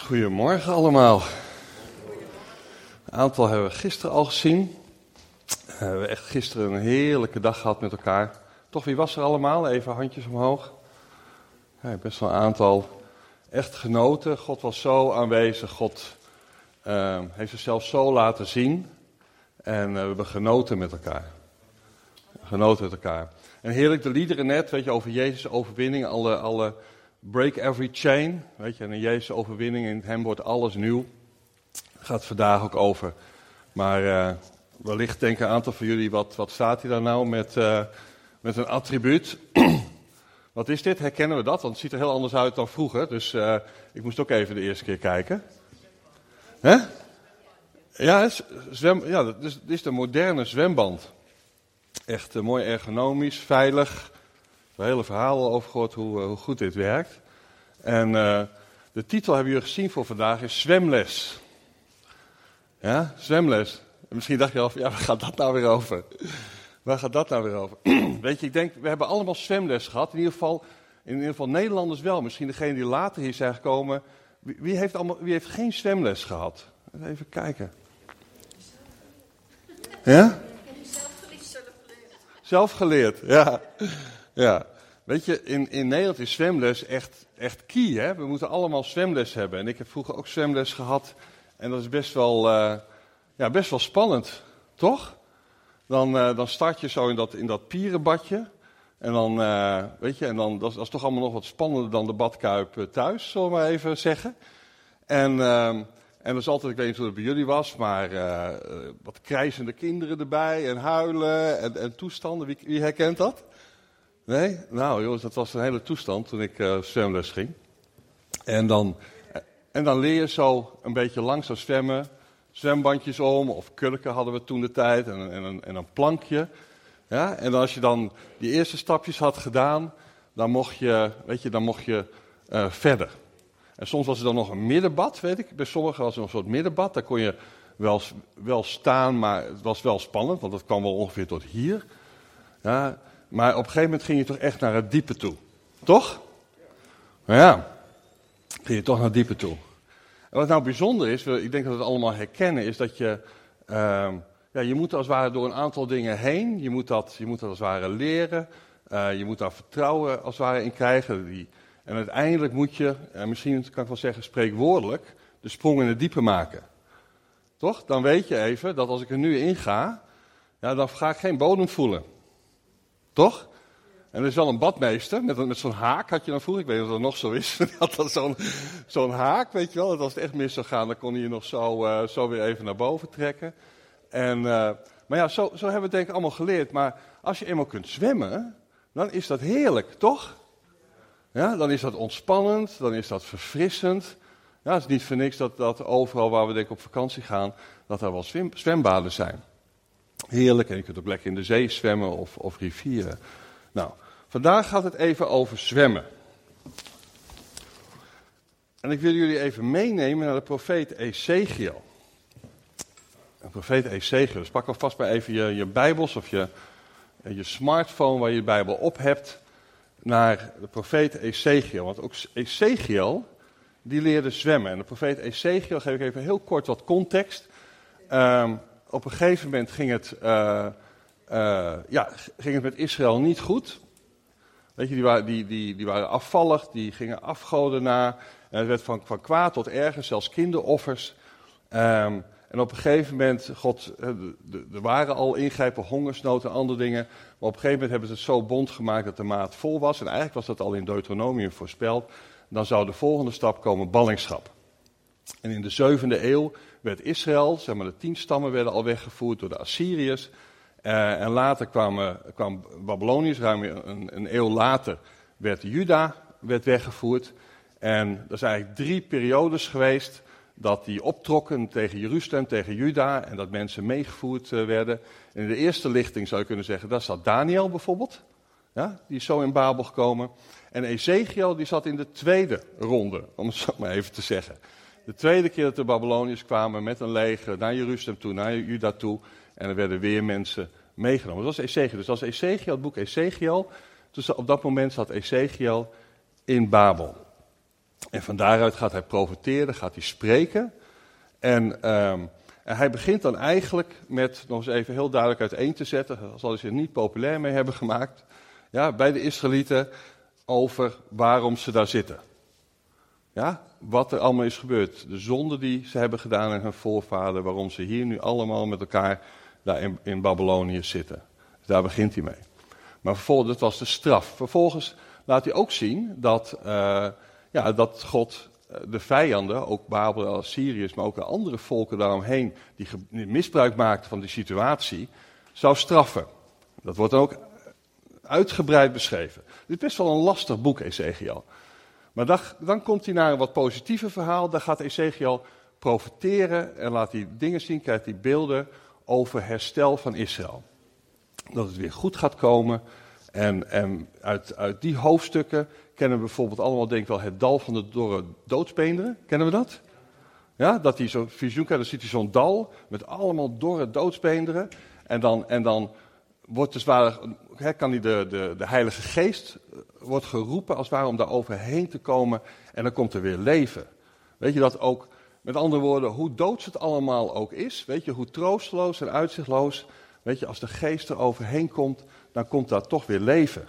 Goedemorgen allemaal. Een aantal hebben we gisteren al gezien. We hebben echt gisteren een heerlijke dag gehad met elkaar. Toch, wie was er allemaal? Even handjes omhoog. Ja, best wel een aantal. Echt genoten. God was zo aanwezig. God heeft zichzelf zo laten zien. En we hebben genoten met elkaar. Genoten met elkaar. En heerlijk de liederen net, weet je, over Jezus' overwinning. Alle break every chain. Weet je, en in Jezus' overwinning, in hem wordt alles nieuw. Daar gaat het vandaag ook over. Maar wellicht denken een aantal van jullie, wat staat hier dan nou met een attribuut? Wat is dit? Herkennen we dat? Want het ziet er heel anders uit dan vroeger. Dus ik moest ook even de eerste keer kijken. Hè? Ja, dit is de moderne zwemband. Echt mooi ergonomisch, veilig. Er hele verhalen over gehoord hoe goed dit werkt. En de titel hebben jullie gezien voor vandaag is zwemles. Ja, zwemles. En misschien dacht je al, ja, waar gaat dat nou weer over? Waar gaat dat nou weer over? Weet je, ik denk, we hebben allemaal zwemles gehad. In ieder geval Nederlanders wel. Misschien degene die later hier zijn gekomen. Wie heeft geen zwemles gehad? Even kijken. Ja? Zelf geleerd, ja. Ja. Weet je, in Nederland is zwemles echt key, hè. We moeten allemaal zwemles hebben. En ik heb vroeger ook zwemles gehad. En dat is best wel spannend, toch? Dan start je zo in dat pierenbadje. En dan, weet je, dat is toch allemaal nog wat spannender dan de badkuip thuis, zullen we maar even zeggen. En dat is altijd, ik weet niet hoe het bij jullie was, maar wat krijzende kinderen erbij en huilen en toestanden. Wie herkent dat? Nee? Nou jongens, dat was een hele toestand toen ik zwemles ging. En dan leer je zo een beetje langzaam zwemmen. Zwembandjes om, of kurken hadden we toen de tijd, en een plankje. Ja? En als je dan die eerste stapjes had gedaan, dan mocht je verder. En soms was er dan nog een middenbad, weet ik. Bij sommigen was er nog een soort middenbad. Daar kon je wel staan, maar het was wel spannend, want dat kwam wel ongeveer tot hier. Ja, maar op een gegeven moment ging je toch echt naar het diepe toe. Toch? Nou ja, ging je toch naar het diepe toe. En wat nou bijzonder is, ik denk dat we het allemaal herkennen, is dat je moet als het ware door een aantal dingen heen. Je moet dat als het ware leren. Je moet daar vertrouwen als het ware in krijgen. En uiteindelijk moet je, misschien kan ik wel zeggen spreekwoordelijk, de sprong in het diepe maken. Toch? Dan weet je even dat als ik er nu in ga, ja, dan ga ik geen bodem voelen. Toch? En er is wel een badmeester met zo'n haak, had je dan vroeger, ik weet niet of dat nog zo is. Die had dan zo'n haak, weet je wel. Dat als het echt mis zou gaan, dan kon hij je nog zo weer even naar boven trekken. Maar ja, zo hebben we het denk ik allemaal geleerd. Maar als je eenmaal kunt zwemmen, dan is dat heerlijk, toch? Ja, dan is dat ontspannend, dan is dat verfrissend. Ja, het is niet voor niks dat overal waar we denk ik op vakantie gaan, dat er wel zwembaden zijn. Heerlijk, en je kunt ook lekker in de zee zwemmen of rivieren. Nou, vandaag gaat het even over zwemmen. En ik wil jullie even meenemen naar de profeet Ezechiel. De profeet Ezechiel, dus pak alvast maar even je Bijbels of je smartphone waar je de Bijbel op hebt, naar de profeet Ezechiel. Want ook Ezechiel, die leerde zwemmen. En de profeet Ezechiel, geef ik even heel kort wat context. Op een gegeven moment ging het met Israël niet goed. Weet je, die waren afvallig, die gingen afgoden na. En het werd van kwaad tot erger, zelfs kinderoffers. En op een gegeven moment, er waren al ingrijpen, hongersnood en andere dingen. Maar op een gegeven moment hebben ze het zo bond gemaakt dat de maat vol was. En eigenlijk was dat al in Deuteronomium voorspeld. Dan zou de volgende stap komen, ballingschap. En in de 7e eeuw werd Israël, zeg maar de 10 stammen werden al weggevoerd door de Assyriërs. En later kwam Babyloniërs, ruim een eeuw later werd Juda weggevoerd. En er zijn eigenlijk 3 periodes geweest dat die optrokken tegen Jeruzalem, tegen Juda, en dat mensen meegevoerd werden. En in de eerste lichting zou je kunnen zeggen, daar zat Daniel bijvoorbeeld. Ja, die is zo in Babel gekomen. En Ezechiel die zat in de tweede ronde, om het zo maar even te zeggen. De tweede keer dat de Babyloniërs kwamen met een leger naar Jeruzalem toe, naar Juda toe. En er werden weer mensen meegenomen. Dat was Ezechiel. Dus dat was Ezechiel, het boek Ezechiel. Dus op dat moment zat Ezechiel in Babel. En van daaruit gaat hij profeteren, gaat hij spreken. En hij begint dan eigenlijk met, nog eens even heel duidelijk uiteen te zetten, zal hij zich niet populair mee hebben gemaakt, ja, bij de Israëlieten, over waarom ze daar zitten. Ja, wat er allemaal is gebeurd. De zonde die ze hebben gedaan en hun voorvader, waarom ze hier nu allemaal met elkaar daar in Babylonië zitten. Dus daar begint hij mee. Maar vervolgens, dat was de straf. Vervolgens laat hij ook zien dat God de vijanden, ook Babel, Assyriërs, maar ook de andere volken daaromheen, die misbruik maakten van die situatie, zou straffen. Dat wordt dan ook uitgebreid beschreven. Dit is best wel een lastig boek, Ezekiel. Maar dan komt hij naar een wat positiever verhaal. Daar gaat Ezekiel profeteren en laat hij dingen zien, krijgt hij beelden over herstel van Israël. Dat het weer goed gaat komen. En uit die hoofdstukken kennen we bijvoorbeeld allemaal, denk ik wel, het dal van de dorre doodsbeenderen. Kennen we dat? Ja, dat hij zo'n visioen krijgt, dan ziet hij zo'n dal met allemaal dorre doodsbeenderen. En dan wordt dus kan hij de Heilige Geest wordt geroepen als het ware om daar overheen te komen en dan komt er weer leven. Weet je dat ook, met andere woorden, hoe doods het allemaal ook is, weet je, hoe troosteloos en uitzichtloos, weet je, als de Geest er overheen komt, dan komt daar toch weer leven.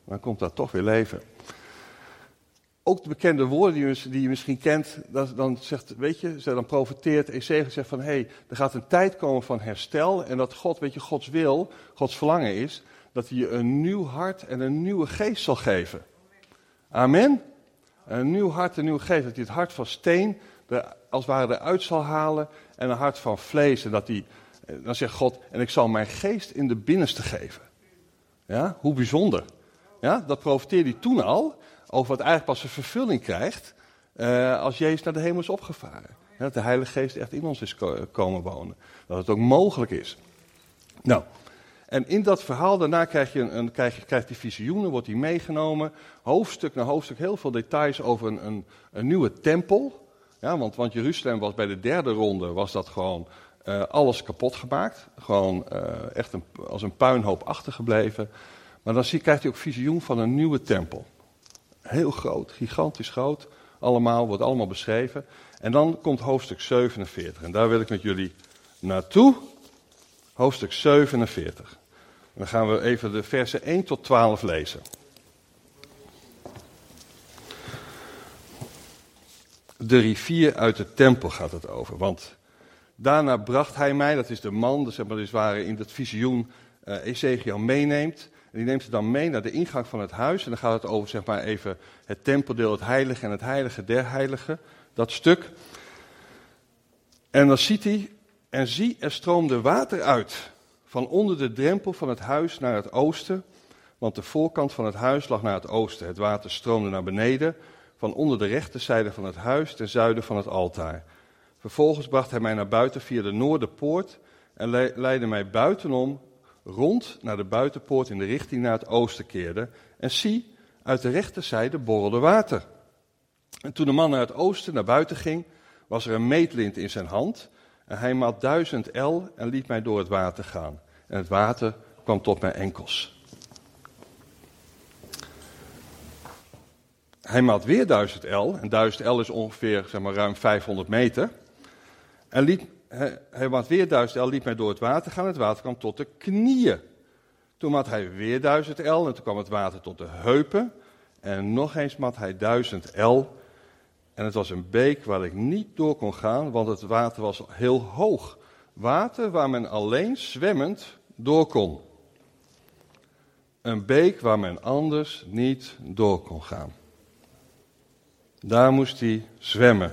Ook de bekende woorden die je misschien kent, dan zegt, weet je, dan profeteert Ezekiel, zegt van, er gaat een tijd komen van herstel en dat God, weet je, Gods wil, Gods verlangen is, dat hij je een nieuw hart en een nieuwe geest zal geven. Amen? Een nieuw hart, een nieuwe geest, dat hij het hart van steen als het ware eruit zal halen en een hart van vlees. En dan zegt God, en ik zal mijn geest in de binnenste geven. Ja, hoe bijzonder. Ja, dat profeteerde hij toen al, over wat eigenlijk pas een vervulling krijgt als Jezus naar de hemel is opgevaren. Ja, dat de Heilige Geest echt in ons is komen wonen. Dat het ook mogelijk is. Nou, en in dat verhaal daarna krijgt hij visioenen, wordt hij meegenomen. Hoofdstuk na hoofdstuk, heel veel details over een nieuwe tempel. Ja, want Jeruzalem was bij de derde ronde, was dat gewoon alles kapot gemaakt. Gewoon echt als een puinhoop achtergebleven. Maar dan krijgt hij ook visioen van een nieuwe tempel. Heel groot, gigantisch groot. Wordt allemaal beschreven. En dan komt hoofdstuk 47. En daar wil ik met jullie naartoe. Hoofdstuk 47. En dan gaan we even de versen 1 tot 12 lezen. De rivier uit de tempel gaat het over. Want daarna bracht hij mij, dat is de man, dus waar in dat visioen Ezekiel meeneemt. En die neemt ze dan mee naar de ingang van het huis. En dan gaat het over, zeg maar even, het tempeldeel, het heilige en het heilige der heiligen. Dat stuk. En dan ziet hij, en zie, er stroomde water uit. Van onder de drempel van het huis naar het oosten. Want de voorkant van het huis lag naar het oosten. Het water stroomde naar beneden. Van onder de rechterzijde van het huis ten zuiden van het altaar. Vervolgens bracht hij mij naar buiten via de noorderpoort. En leidde mij buitenom rond naar de buitenpoort in de richting naar het oosten keerde. En zie, uit de rechterzijde borrelde water. En toen de man naar het oosten, naar buiten ging, was er een meetlint in zijn hand. En hij mat 1000 el en liet mij door het water gaan. En het water kwam tot mijn enkels. Hij mat weer 1000 el. En 1000 el is ongeveer, zeg maar, ruim 500 meter. En hij mat weer 1000 el, liet mij door het water gaan. Het water kwam tot de knieën. Toen mat hij weer 1000 el en toen kwam het water tot de heupen. En nog eens mat hij 1000 el. En het was een beek waar ik niet door kon gaan, want het water was heel hoog. Water waar men alleen zwemmend door kon. Een beek waar men anders niet door kon gaan. Daar moest hij zwemmen.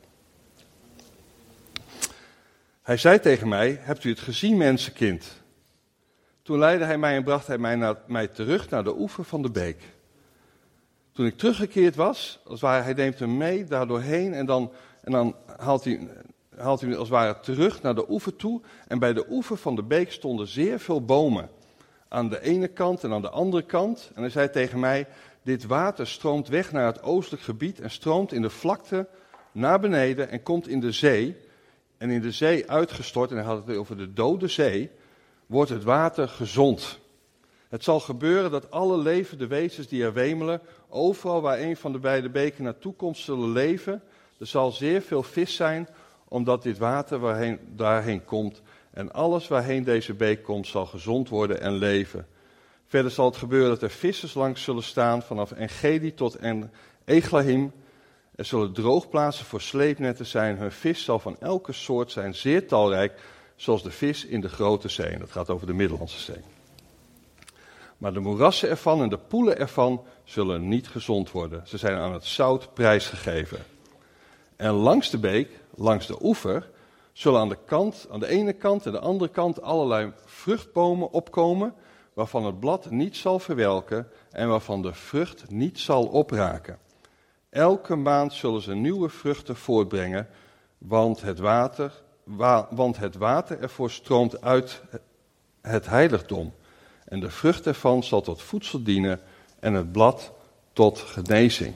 Hij zei tegen mij, hebt u het gezien, mensenkind? Toen leidde hij mij en bracht hij mij terug naar de oever van de beek. Toen ik teruggekeerd was, als het ware, hij neemt hem mee daar doorheen en dan haalt hij als het ware terug naar de oever toe. En bij de oever van de beek stonden zeer veel bomen. Aan de ene kant en aan de andere kant. En hij zei tegen mij, dit water stroomt weg naar het oostelijk gebied en stroomt in de vlakte naar beneden en komt in de zee. En in de zee uitgestort, en hij had het over de dode zee, wordt het water gezond. Het zal gebeuren dat alle levende wezens die er wemelen, overal waar een van de beide beken naartoe komt, zullen leven. Er zal zeer veel vis zijn, omdat dit water daarheen komt. En alles waarheen deze beek komt, zal gezond worden en leven. Verder zal het gebeuren dat er vissers langs zullen staan, vanaf Engedi tot Eglaim. Er zullen droogplaatsen voor sleepnetten zijn. Hun vis zal van elke soort zijn, zeer talrijk, zoals de vis in de grote zee. En dat gaat over de Middellandse Zee. Maar de moerassen ervan en de poelen ervan zullen niet gezond worden. Ze zijn aan het zout prijsgegeven. En langs de beek, langs de oever, zullen aan de ene kant en de andere kant allerlei vruchtbomen opkomen, waarvan het blad niet zal verwelken en waarvan de vrucht niet zal opraken. Elke maand zullen ze nieuwe vruchten voortbrengen, want het water ervoor stroomt uit het heiligdom. En de vrucht ervan zal tot voedsel dienen en het blad tot genezing.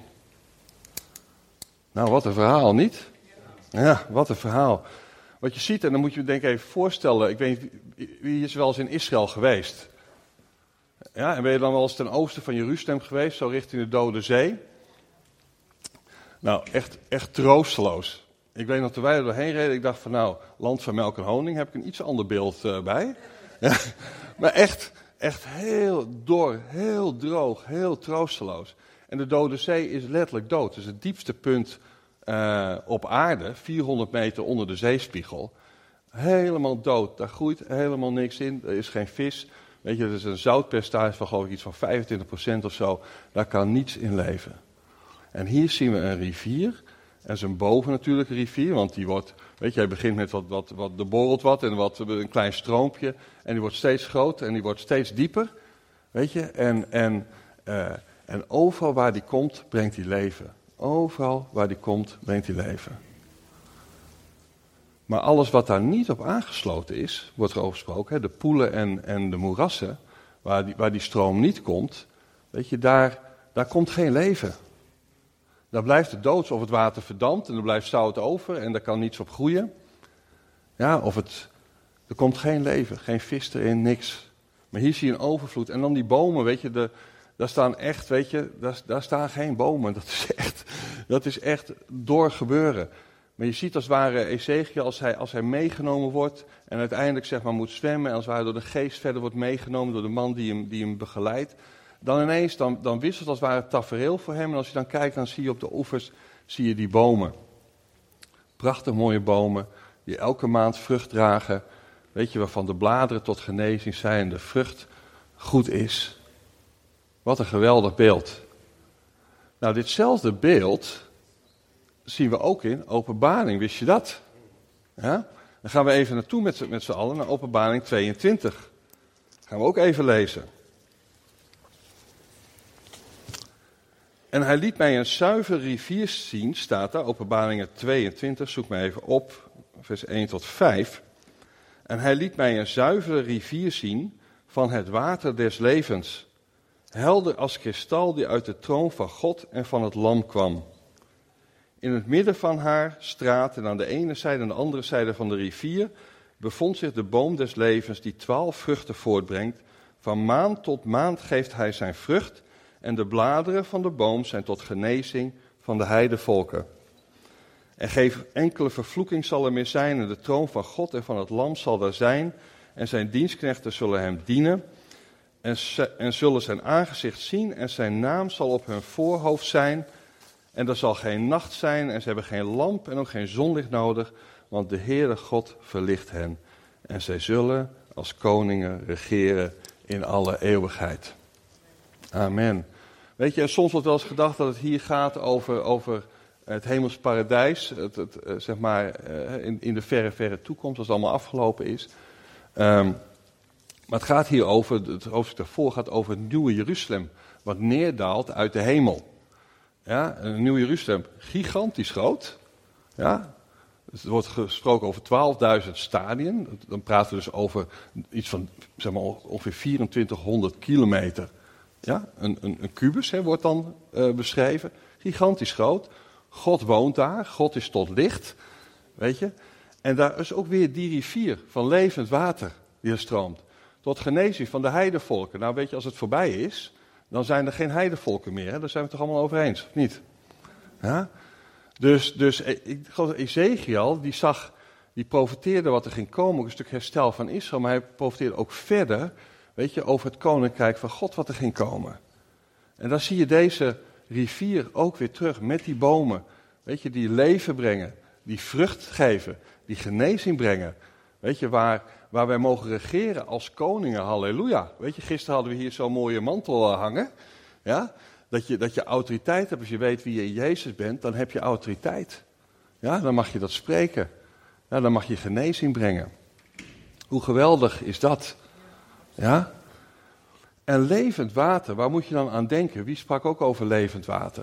Nou, wat een verhaal, niet? Ja, wat een verhaal. Wat je ziet, en dan moet je je denk ik even voorstellen, ik weet niet, wie is wel eens in Israël geweest? Ja, en ben je dan wel eens ten oosten van Jeruzalem geweest, zo richting de Dode Zee? Nou, echt troosteloos. Ik weet nog, toen wij er doorheen reden, ik dacht van nou, land van melk en honing, heb ik een iets ander beeld bij. Ja, maar echt heel dor, heel droog, heel troosteloos. En de Dode Zee is letterlijk dood. Het is het diepste punt op aarde, 400 meter onder de zeespiegel. Helemaal dood, daar groeit helemaal niks in, er is geen vis. Weet je, er is een zoutpercentage van geloof ik iets van 25% of zo. Daar kan niets in leven. En hier zien we een rivier. En zijn boven natuurlijk een rivier, want die wordt, weet je, hij begint met er borrelt wat en een klein stroompje. En die wordt steeds groter en die wordt steeds dieper. Weet je, en overal waar die komt, brengt hij leven. Overal waar die komt, brengt hij leven. Maar alles wat daar niet op aangesloten is, wordt er over gesproken, hè, de poelen en de moerassen, waar die stroom niet komt, weet je, daar komt geen leven. Daar blijft het doods of het water verdampt en er blijft zout over en daar kan niets op groeien. Ja, er komt geen leven, geen vis erin, niks. Maar hier zie je een overvloed. En dan die bomen, weet je, daar staan echt, weet je, daar staan geen bomen. Dat is echt door gebeuren. Maar je ziet als het ware Ezekiel, als hij meegenomen wordt en uiteindelijk zeg maar moet zwemmen en als het ware door de geest verder wordt meegenomen door de man die hem begeleidt. Dan ineens, dan wisselt als het ware het tafereel voor hem. En als je dan kijkt, dan zie je op de oevers, zie je die bomen. Prachtig mooie bomen, die elke maand vrucht dragen. Weet je, waarvan de bladeren tot genezing zijn en de vrucht goed is. Wat een geweldig beeld. Nou, ditzelfde beeld zien we ook in Openbaring, wist je dat? Ja? Dan gaan we even naartoe met z'n allen, naar Openbaring 22. Gaan we ook even lezen. En hij liet mij een zuivere rivier zien, staat daar, Openbaringen 22, zoek maar even op, vers 1 tot 5. En hij liet mij een zuivere rivier zien van het water des levens, helder als kristal die uit de troon van God en van het Lam kwam. In het midden van haar straat en aan de ene zijde en de andere zijde van de rivier bevond zich de boom des levens die 12 vruchten voortbrengt. Van maand tot maand geeft hij zijn vrucht en de bladeren van de boom zijn tot genezing van de heidevolken. En geen enkele vervloeking zal er meer zijn en de troon van God en van het Lam zal daar zijn en zijn dienstknechten zullen hem dienen en zullen zijn aangezicht zien en zijn naam zal op hun voorhoofd zijn. En er zal geen nacht zijn en ze hebben geen lamp en ook geen zonlicht nodig, want de Heere God verlicht hen. En zij zullen als koningen regeren in alle eeuwigheid. Amen. Weet je, soms wordt wel eens gedacht dat het hier gaat over het hemels paradijs, zeg maar in de verre toekomst, als het allemaal afgelopen is. Maar het gaat hier over, het hoofdstuk daarvoor gaat over het nieuwe Jeruzalem, wat neerdaalt uit de hemel. Ja, een nieuw Jeruzalem, gigantisch groot. Ja, dus er wordt gesproken over 12.000 stadien. Dan praten we dus over iets van zeg maar, ongeveer 2400 kilometer. Ja, een kubus wordt dan beschreven. Gigantisch groot. God woont daar, God is tot licht. Weet je. En daar is ook weer die rivier van levend water die er stroomt. tot genezing van de heidevolken. Nou weet je, als het voorbij is, dan zijn er geen heidevolken meer. Hè? Daar zijn we het toch allemaal over eens, of niet? Ja? Dus ik geloof dat Ezekiel, die profeteerde wat er ging komen, ook een stuk herstel van Israël, maar hij profeteerde ook verder, weet je, over het koninkrijk van God wat er ging komen. En dan zie je deze rivier ook weer terug met die bomen, weet je, die leven brengen, die vrucht geven, die genezing brengen. Weet je, waar wij mogen regeren als koningen, halleluja. Weet je, gisteren hadden we hier zo'n mooie mantel hangen, ja, dat je autoriteit hebt. Als je weet wie je in Jezus bent, dan heb je autoriteit. Ja, dan mag je dat spreken. Ja, dan mag je genezing brengen. Hoe geweldig is dat? Ja? En levend water, waar moet je dan aan denken? Wie sprak ook over levend water?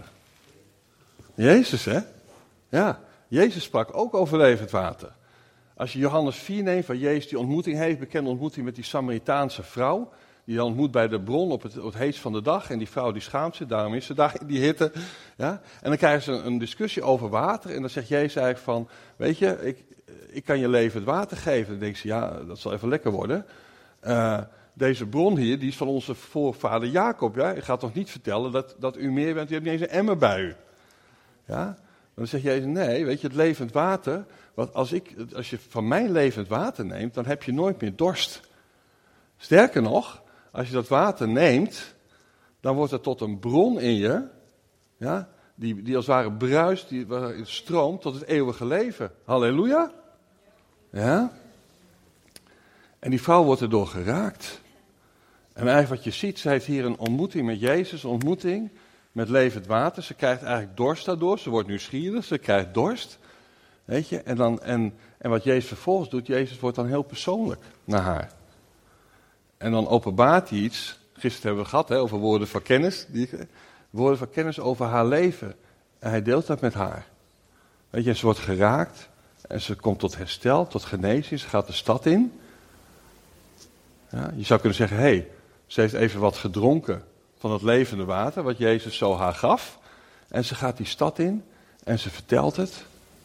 Jezus, hè? Ja, Jezus sprak ook over levend water. Als je Johannes 4 neemt, waar Jezus die ontmoeting heeft, bekende ontmoeting met die Samaritaanse vrouw, die dan ontmoet bij de bron op het heetst van de dag. En die vrouw die schaamt zich, daarom is ze daar in die hitte. Ja? En dan krijgen ze een discussie over water. En dan zegt Jezus eigenlijk van, weet je, ik kan je levend water geven. Dan denkt ze, ja, dat zal even lekker worden. Deze bron hier, die is van onze voorvader Jacob. Ja? Ik ga toch niet vertellen dat u meer bent, u hebt niet eens een emmer bij u. Ja? Dan zegt Jezus, nee, weet je, het levend water, want als je van mijn levend water neemt, dan heb je nooit meer dorst. Sterker nog, als je dat water neemt, dan wordt het tot een bron in je, ja, die als het ware bruist, die stroomt tot het eeuwige leven. Halleluja. Ja. En die vrouw wordt erdoor geraakt. En eigenlijk wat je ziet, ze heeft hier een ontmoeting met Jezus, een ontmoeting met levend water. Ze krijgt eigenlijk dorst daardoor, ze wordt nieuwsgierig, ze krijgt dorst. Weet je, en wat Jezus vervolgens doet, Jezus wordt dan heel persoonlijk naar haar. En dan openbaart hij iets, gisteren hebben we gehad over woorden van kennis, woorden van kennis over haar leven. En hij deelt dat met haar. Weet je, ze wordt geraakt en ze komt tot herstel, tot genezing, ze gaat de stad in. Ja, je zou kunnen zeggen, ze heeft even wat gedronken van het levende water, wat Jezus zo haar gaf. En ze gaat die stad in en ze vertelt het.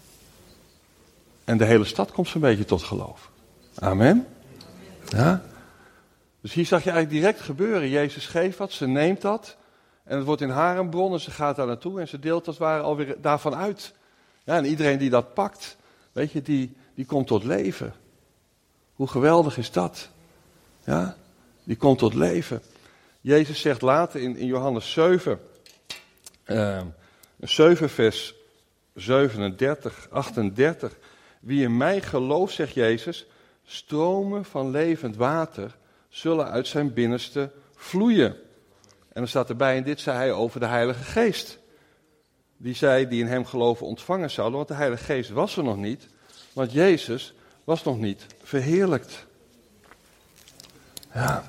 En de hele stad komt zo'n beetje tot geloof. Amen. Ja. Dus hier zag je eigenlijk direct gebeuren. Jezus geeft wat, ze neemt dat. En het wordt in haar een bron en ze gaat daar naartoe en ze deelt als het ware alweer daarvan uit. Ja, en iedereen die dat pakt, weet je, die komt tot leven. Hoe geweldig is dat? Ja, die komt tot leven. Jezus zegt later in Johannes 7, 7 vers 37, 38. Wie in mij gelooft, zegt Jezus, stromen van levend water zullen uit zijn binnenste vloeien. En dan staat erbij, en dit zei hij over de Heilige Geest. Die zij die in hem geloven ontvangen zouden, want de Heilige Geest was er nog niet. Want Jezus was nog niet verheerlijkt. Ja.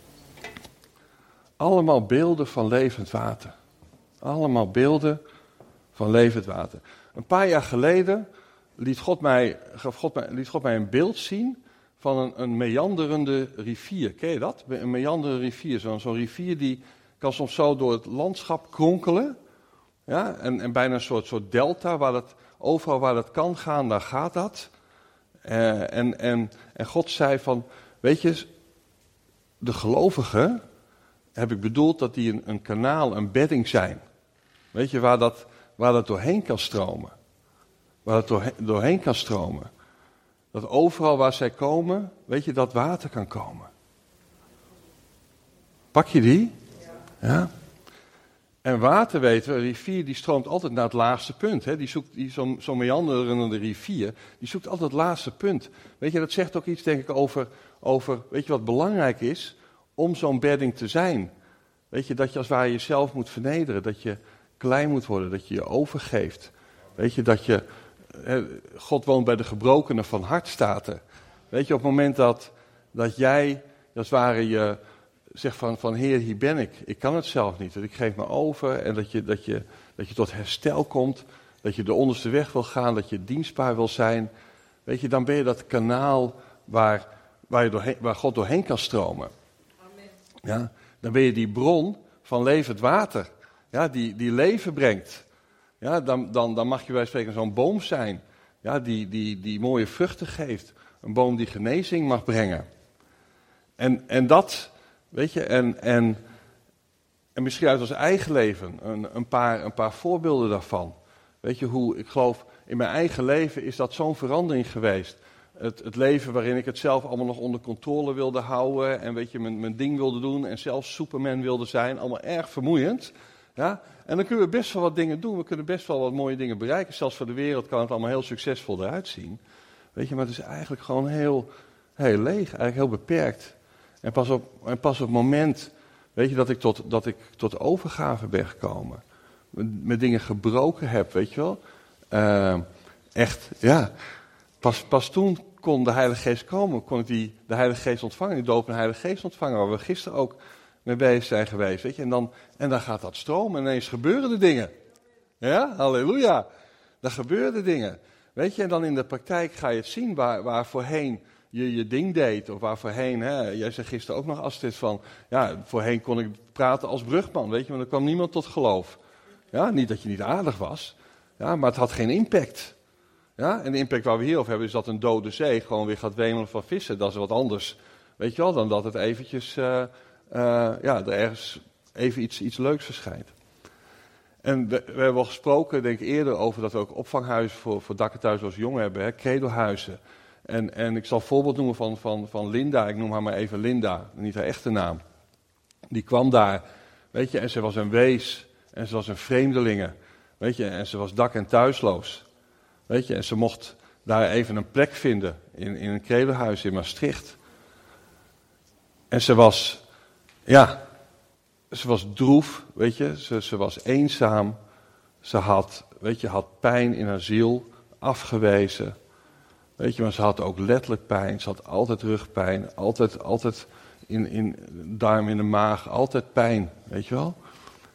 Allemaal beelden van levend water. Allemaal beelden van levend water. Een paar jaar geleden liet God mij een beeld zien van een meanderende rivier. Ken je dat? Een meanderende rivier. Zo'n rivier die kan soms zo door het landschap kronkelen. Ja? En bijna een soort delta, overal waar dat kan gaan, daar gaat dat. En God zei van, weet je, de gelovigen, heb ik bedoeld dat die een kanaal, een bedding zijn. Weet je, waar dat doorheen kan stromen. Waar het doorheen kan stromen. Dat overal waar zij komen, weet je, dat water kan komen. Pak je die? Ja. En water, weten we, een rivier die stroomt altijd naar het laagste punt. Hè? Zo'n meanderende rivier, die zoekt altijd het laagste punt. Weet je, dat zegt ook iets, denk ik, over weet je wat belangrijk is? Om zo'n bedding te zijn. Weet je, dat je als het ware jezelf moet vernederen. Dat je klein moet worden, dat je je overgeeft. Weet je, dat je, God woont bij de gebrokenen van hart, staat er. Weet je, op het moment dat jij, als het ware, je zegt van Heer, hier ben ik. Ik kan het zelf niet, ik geef me over. En dat je tot herstel komt. Dat je de onderste weg wil gaan, dat je dienstbaar wil zijn. Weet je, dan ben je dat kanaal waar God doorheen kan stromen. Amen. Ja, dan ben je die bron van levend water. Ja, die leven brengt. Ja, dan mag je bij spreken zo'n boom zijn. Ja, die mooie vruchten geeft. Een boom die genezing mag brengen. En dat, weet je, en misschien uit ons eigen leven een paar voorbeelden daarvan. Weet je hoe, ik geloof, in mijn eigen leven is dat zo'n verandering geweest. Het leven waarin ik het zelf allemaal nog onder controle wilde houden. En weet je, mijn ding wilde doen en zelfs Superman wilde zijn. Allemaal erg vermoeiend. Ja? En dan kunnen we best wel wat dingen doen. We kunnen best wel wat mooie dingen bereiken. Zelfs voor de wereld kan het allemaal heel succesvol eruit zien. Weet je, maar het is eigenlijk gewoon heel leeg. Eigenlijk heel beperkt. En pas op het moment, weet je, dat ik tot overgave ben gekomen. Met dingen gebroken heb, weet je wel. Echt, ja. Pas toen kon de Heilige Geest komen, kon ik de Heilige Geest ontvangen, die doop en de Heilige Geest ontvangen, waar we gisteren ook mee bezig zijn geweest, weet je. En dan gaat dat stromen en ineens gebeuren de dingen. Ja, halleluja. Dan gebeuren de dingen. Weet je, en dan in de praktijk ga je het zien waar voorheen je ding deed, of waar voorheen, jij zei gisteren ook nog Astrid van, ja, voorheen kon ik praten als brugman, weet je, maar er kwam niemand tot geloof. Ja, niet dat je niet aardig was, ja, maar het had geen impact. Ja, en de impact waar we hier over hebben is dat een dode zee gewoon weer gaat wemelen van vissen. Dat is wat anders, weet je wel, dan dat het eventjes, er ergens even iets leuks verschijnt. En we hebben al gesproken, denk ik eerder, over dat we ook opvanghuizen voor dak- en thuisloze jongeren hebben, credohuizen. En ik zal een voorbeeld noemen van Linda, ik noem haar maar even Linda, niet haar echte naam. Die kwam daar, weet je, en ze was een wees, en ze was een vreemdelinge, weet je, en ze was dak- en thuisloos. Weet je, en ze mocht daar even een plek vinden in een credohuis in Maastricht. En ze was droef, weet je, ze was eenzaam. Ze had pijn in haar ziel, afgewezen. Weet je, maar ze had ook letterlijk pijn. Ze had altijd rugpijn, altijd in darm, in de maag, altijd pijn, weet je wel.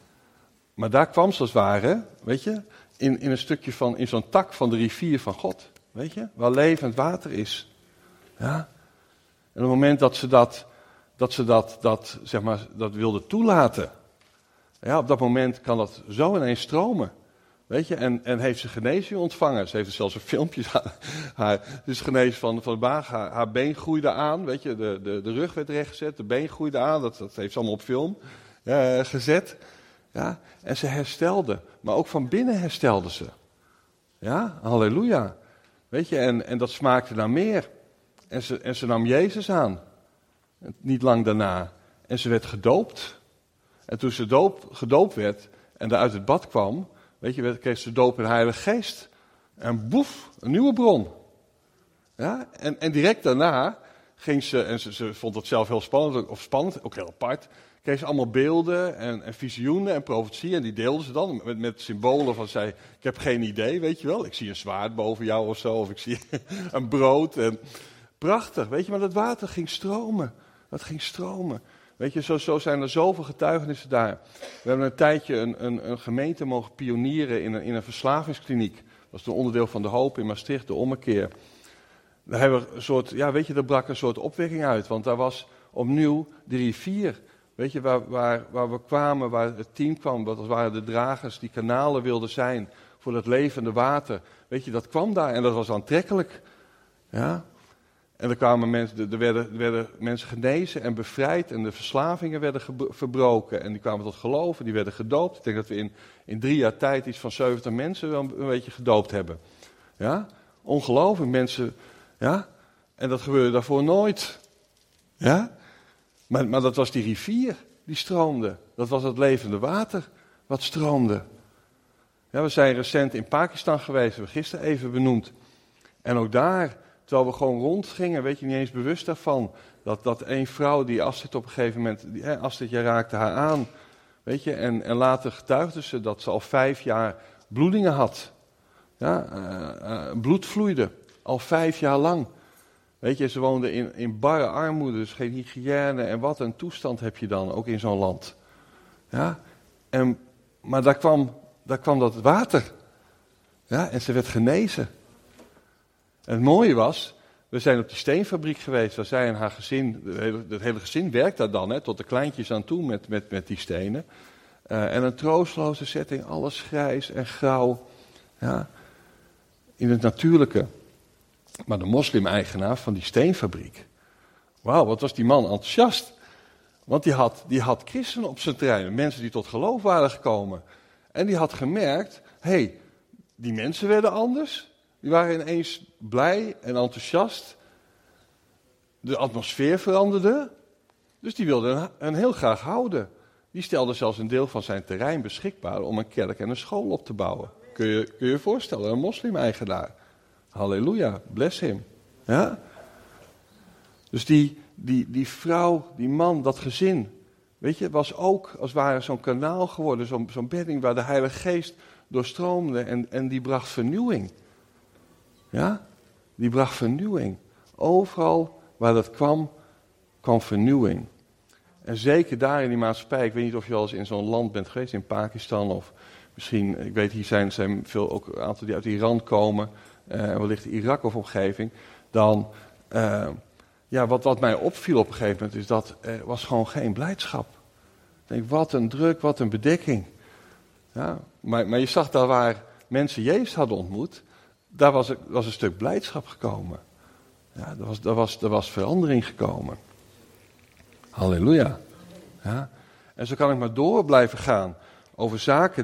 Maar daar kwam ze als het ware, weet je, in een stukje in zo'n tak van de rivier van God, weet je, waar levend water is. Ja. En op het moment dat ze dat wilde toelaten, ja, op dat moment kan dat zo ineens stromen. Weet je, en heeft ze genezing ontvangen. Ze heeft er zelfs een filmpje ze is genezen van de baag. Haar been groeide aan, weet je, de rug werd rechtgezet, de been groeide aan. Dat heeft ze allemaal op film gezet. Ja, en ze herstelde, maar ook van binnen herstelde ze. Ja, halleluja. Weet je, en dat smaakte naar meer. En ze nam Jezus aan. Niet lang daarna. En ze werd gedoopt. En toen ze gedoopt werd en daar uit het bad kwam, weet je, kreeg ze doop in de Heilige Geest. En boef, een nieuwe bron. Ja, en direct daarna ging ze, en ze vond het zelf heel spannend, ook heel apart, kreeg ze allemaal beelden en visioenen en profetieën. En die deelden ze dan met symbolen van, zei, ik heb geen idee, weet je wel. Ik zie een zwaard boven jou of zo, of ik zie een brood. En prachtig, weet je, maar dat water ging stromen. Dat ging stromen. Weet je, zo zijn er zoveel getuigenissen daar. We hebben een tijdje een gemeente mogen pionieren in een verslavingskliniek. Dat was een onderdeel van de Hoop in Maastricht, de ommekeer. Daar hebben we een soort, ja, weet je, er brak een soort opwekking uit. Want daar was opnieuw de rivier. Weet je, waar we kwamen, waar het team kwam, dat waren de dragers die kanalen wilden zijn voor dat levende water. Weet je, dat kwam daar en dat was aantrekkelijk. Ja. En er kwamen mensen, er werden mensen genezen en bevrijd en de verslavingen werden verbroken. En die kwamen tot geloof en die werden gedoopt. Ik denk dat we in 3 jaar tijd iets van 70 mensen wel een beetje gedoopt hebben. Ja, ongelooflijk, mensen, ja. En dat gebeurde daarvoor nooit. Ja. Maar dat was die rivier die stroomde. Dat was het levende water wat stroomde. Ja, we zijn recent in Pakistan geweest, we hebben gisteren even benoemd. En ook daar, terwijl we gewoon rondgingen, weet je, niet eens bewust daarvan. Dat één vrouw, die Astrid op een gegeven moment, Astrid, jij raakte haar aan. Weet je, en later getuigde ze dat ze al 5 jaar bloedingen had. Ja, bloed vloeide, al 5 jaar lang. Weet je, ze woonde in barre armoede, dus geen hygiëne. En wat een toestand heb je dan, ook in zo'n land. Ja, maar daar kwam dat water. Ja, en ze werd genezen. En het mooie was, we zijn op die steenfabriek geweest, waar zij en haar gezin, het hele gezin werkt daar dan, tot de kleintjes aan toe met die stenen. En een troosteloze setting, alles grijs en grauw. Ja, in het natuurlijke. Maar de moslim-eigenaar van die steenfabriek Wauw, wat was die man enthousiast. Want die had christenen op zijn terrein, mensen die tot geloof waren gekomen. En die had gemerkt, die mensen werden anders. Die waren ineens blij en enthousiast. De atmosfeer veranderde. Dus die wilde hen heel graag houden. Die stelde zelfs een deel van zijn terrein beschikbaar om een kerk en een school op te bouwen. Kun je je voorstellen, een moslim-eigenaar. Halleluja, bless him. Ja? Dus die vrouw, die man, dat gezin, weet je, was ook als het ware zo'n kanaal geworden, zo'n bedding waar de Heilige Geest doorstroomde en die bracht vernieuwing. Ja, die bracht vernieuwing. Overal waar dat kwam vernieuwing. En zeker daar in die maatschappij, ik weet niet of je wel eens in zo'n land bent geweest, in Pakistan of misschien, ik weet hier zijn veel ook een aantal die uit Iran komen, wellicht Irak of omgeving, dan, wat mij opviel op een gegeven moment is dat er was gewoon geen blijdschap. Ik denk, wat een druk, wat een bedekking. Ja, maar je zag daar waar mensen Jezus hadden ontmoet, daar was een stuk blijdschap gekomen. Ja, er was verandering gekomen. Halleluja. Ja. En zo kan ik maar door blijven gaan over zaken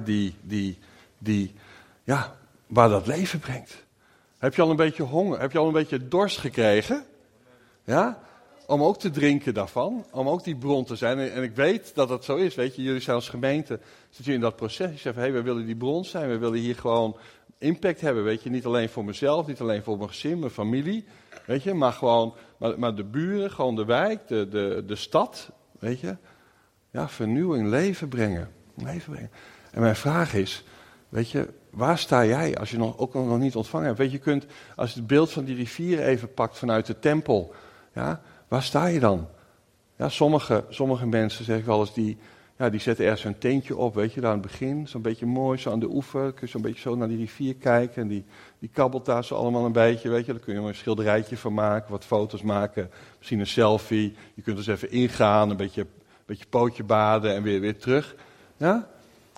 waar dat leven brengt. Heb je al een beetje honger? Heb je al een beetje dorst gekregen? Ja? Om ook te drinken daarvan. Om ook die bron te zijn. En ik weet dat dat zo is. Weet je, jullie zijn als gemeente, zitten in dat proces. Je zegt, we willen die bron zijn. We willen hier gewoon impact hebben. Weet je, niet alleen voor mezelf, niet alleen voor mijn gezin, mijn familie. Weet je, maar gewoon, maar de buren, gewoon de wijk, de stad. Weet je. Ja, vernieuwing, leven brengen. En mijn vraag is, weet je, waar sta jij als je ook nog niet ontvangen hebt? Weet je, kunt, als je het beeld van die rivier even pakt vanuit de tempel, ja, waar sta je dan? Ja, sommige mensen, zeg ik wel eens, die zetten ergens een tentje op, weet je, daar aan het begin, zo'n beetje mooi, zo aan de oever, kun je zo'n beetje zo naar die rivier kijken en die kabbelt daar zo allemaal een beetje, weet je, daar kun je een schilderijtje van maken, wat foto's maken, misschien een selfie, je kunt dus even ingaan, een beetje pootje baden en weer terug, ja?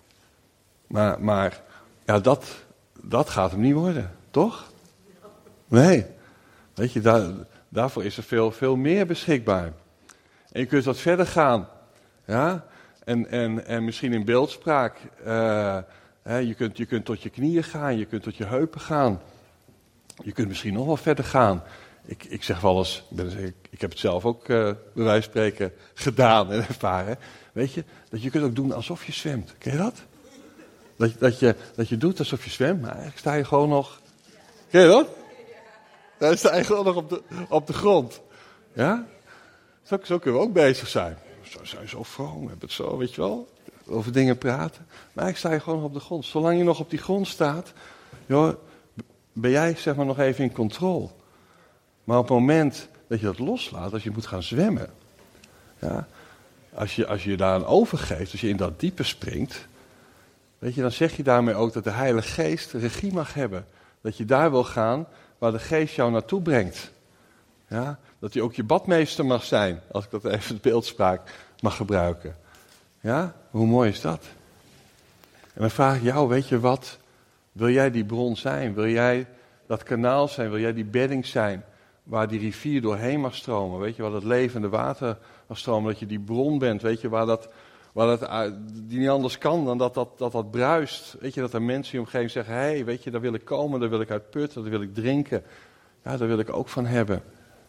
Maar ja, dat gaat hem niet worden, toch? Nee, weet je, daarvoor is er veel meer beschikbaar. En je kunt wat verder gaan, ja, en misschien in beeldspraak, je kunt tot je knieën gaan, je kunt tot je heupen gaan. Je kunt misschien nog wel verder gaan. Ik zeg wel eens, ik heb het zelf ook bij wijze van spreken gedaan en ervaren. Weet je, dat je kunt ook doen alsof je zwemt. Ken je dat? Dat je doet alsof je zwemt, maar eigenlijk sta je gewoon nog... Ken je dat? Dan sta je gewoon nog op de grond. Ja? Zo kunnen we ook bezig zijn. Zo zijn we zo vroom, we hebben het zo, weet je wel, over dingen praten. Maar eigenlijk sta je gewoon nog op de grond. Zolang je nog op die grond staat, joh, ben jij zeg maar nog even in controle. Maar op het moment dat je dat loslaat, als je moet gaan zwemmen, ja, als je daar aan overgeeft, als je in dat diepe springt, weet je, dan zeg je daarmee ook dat de Heilige Geest regie mag hebben. Dat je daar wil gaan waar de Geest jou naartoe brengt. Ja, dat hij ook je badmeester mag zijn, als ik dat even de beeldspraak mag gebruiken. Ja, hoe mooi is dat? En dan vraag ik jou, weet je wat, wil jij die bron zijn? Wil jij dat kanaal zijn? Wil jij die bedding zijn waar die rivier doorheen mag stromen? Weet je, waar dat levende water mag stromen, dat je die bron bent, weet je, waar dat die niet anders kan dan dat bruist. Weet je, dat er mensen in je omgeving zeggen, hey, weet je, daar wil ik komen, daar wil ik uit putten, daar wil ik drinken. Ja, daar wil ik ook van hebben.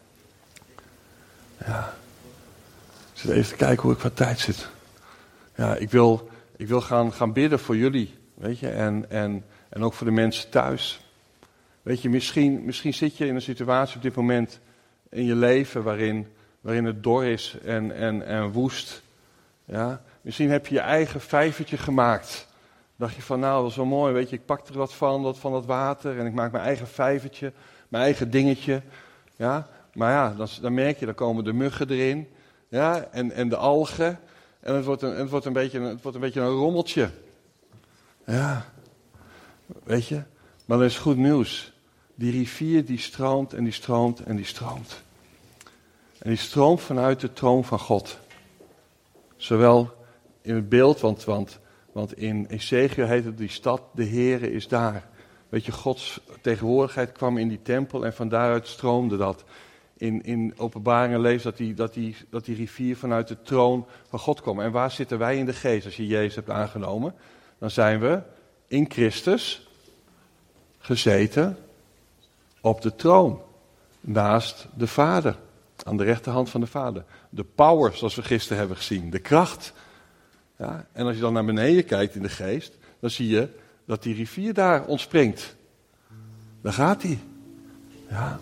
Ja. Ik zit even te kijken hoe ik qua tijd zit. Ja, ik wil gaan bidden voor jullie, weet je, en ook voor de mensen thuis. Weet je, misschien zit je in een situatie op dit moment in je leven waarin het dor is en woest. Ja, misschien heb je je eigen vijvertje gemaakt. Dacht je van, nou, dat is wel mooi, weet je, ik pak er wat van dat water en ik maak mijn eigen vijvertje, mijn eigen dingetje. Ja, maar ja, dan merk je, dan komen de muggen erin, ja, en de algen en het wordt een beetje een rommeltje. Ja, weet je, maar er is goed nieuws. Die rivier die stroomt en die stroomt en die stroomt. En die stroomt vanuit de troon van God. Zowel in het beeld, want in Ezechiel heet het die stad, de Heere is daar. Weet je, Gods tegenwoordigheid kwam in die tempel en van daaruit stroomde dat. in Openbaringen leest dat die rivier vanuit de troon van God komt. En waar zitten wij in de geest als je Jezus hebt aangenomen? Dan zijn we in Christus gezeten op de troon. Naast de Vader. Aan de rechterhand van de Vader. De power, zoals we gisteren hebben gezien. De kracht. Ja, en als je dan naar beneden kijkt in de geest, dan zie je dat die rivier daar ontspringt. Daar gaat hij. Ja.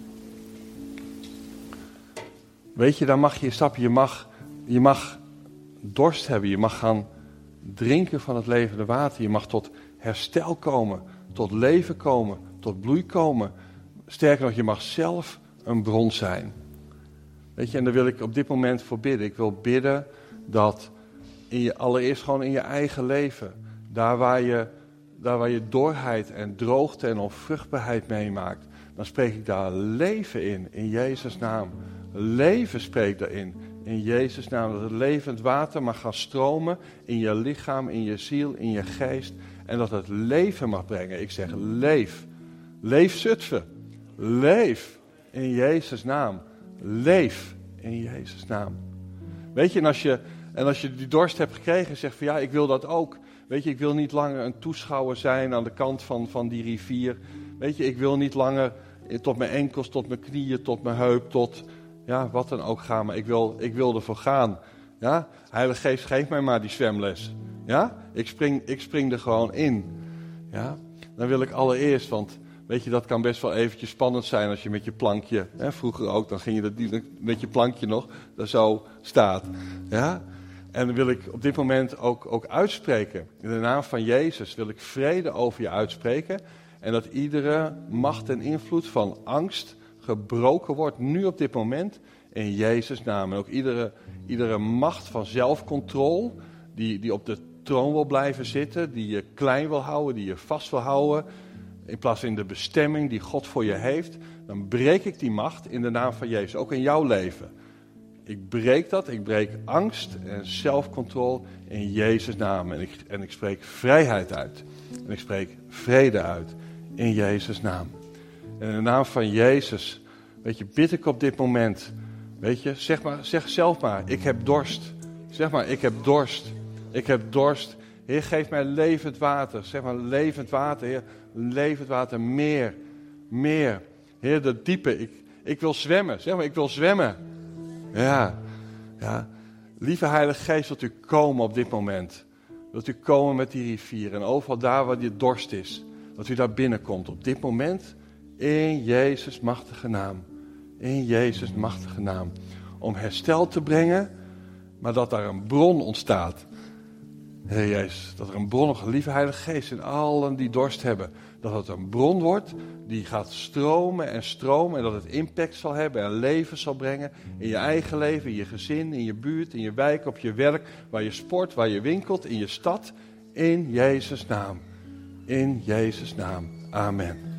Weet je, daar mag je stappen. Je mag dorst hebben. Je mag gaan drinken van het levende water. Je mag tot herstel komen. Tot leven komen. Tot bloei komen. Sterker nog, je mag zelf een bron zijn. Weet je, en daar wil ik op dit moment voor bidden. Ik wil bidden dat allereerst gewoon in je eigen leven, daar waar je dorheid en droogte en onvruchtbaarheid meemaakt, dan spreek ik daar leven in Jezus' naam. Leven spreek daarin, in Jezus' naam. Dat het levend water mag gaan stromen in je lichaam, in je ziel, in je geest. En dat het leven mag brengen. Ik zeg leef. Leef Zutphen. Leef in Jezus' naam. Leef in Jezus' naam. Weet je, en als je die dorst hebt gekregen, zeg van ja, ik wil dat ook. Weet je, ik wil niet langer een toeschouwer zijn aan de kant van die rivier. Weet je, ik wil niet langer tot mijn enkels, tot mijn knieën, tot mijn heup, tot ja, wat dan ook gaan. Maar ik wil ervoor gaan. Ja? Heilige Geest, geef mij maar die zwemles. Ja? Ik spring er gewoon in. Ja? Dan wil ik allereerst, want weet je, dat kan best wel eventjes spannend zijn als je met je plankje, vroeger ook, dan ging je met je plankje nog, daar zo staat. Ja? En dan wil ik op dit moment ook uitspreken. In de naam van Jezus wil ik vrede over je uitspreken. En dat iedere macht en invloed van angst gebroken wordt, nu op dit moment, in Jezus' naam. En ook iedere macht van zelfcontrole, die op de troon wil blijven zitten, die je klein wil houden, die je vast wil houden, in plaats van in de bestemming die God voor je heeft, dan breek ik die macht in de naam van Jezus, ook in jouw leven. Ik breek dat, ik breek angst en zelfcontrole in Jezus' naam. En ik spreek vrijheid uit. En ik spreek vrede uit in Jezus' naam. En in de naam van Jezus, weet je, bid ik op dit moment. Weet je, zeg zelf maar, ik heb dorst. Zeg maar, ik heb dorst. Ik heb dorst. Heer, geef mij levend water. Zeg maar, levend water, Heer. Levend water, meer. Heer, de diepe. Ik wil zwemmen. Zeg maar, ik wil zwemmen. Ja. Lieve Heilige Geest, wilt u komen op dit moment. Wilt u komen met die rivier. En overal daar waar die dorst is. Dat u daar binnenkomt op dit moment. In Jezus' machtige naam. In Jezus' machtige naam. Om herstel te brengen. Maar dat daar een bron ontstaat. Heer Jezus, dat er een bron, lieve Heilige Geest, in allen die dorst hebben. Dat het een bron wordt die gaat stromen en stromen. En dat het impact zal hebben en leven zal brengen. In je eigen leven, in je gezin, in je buurt, in je wijk, op je werk. Waar je sport, waar je winkelt, in je stad. In Jezus' naam. In Jezus' naam. Amen.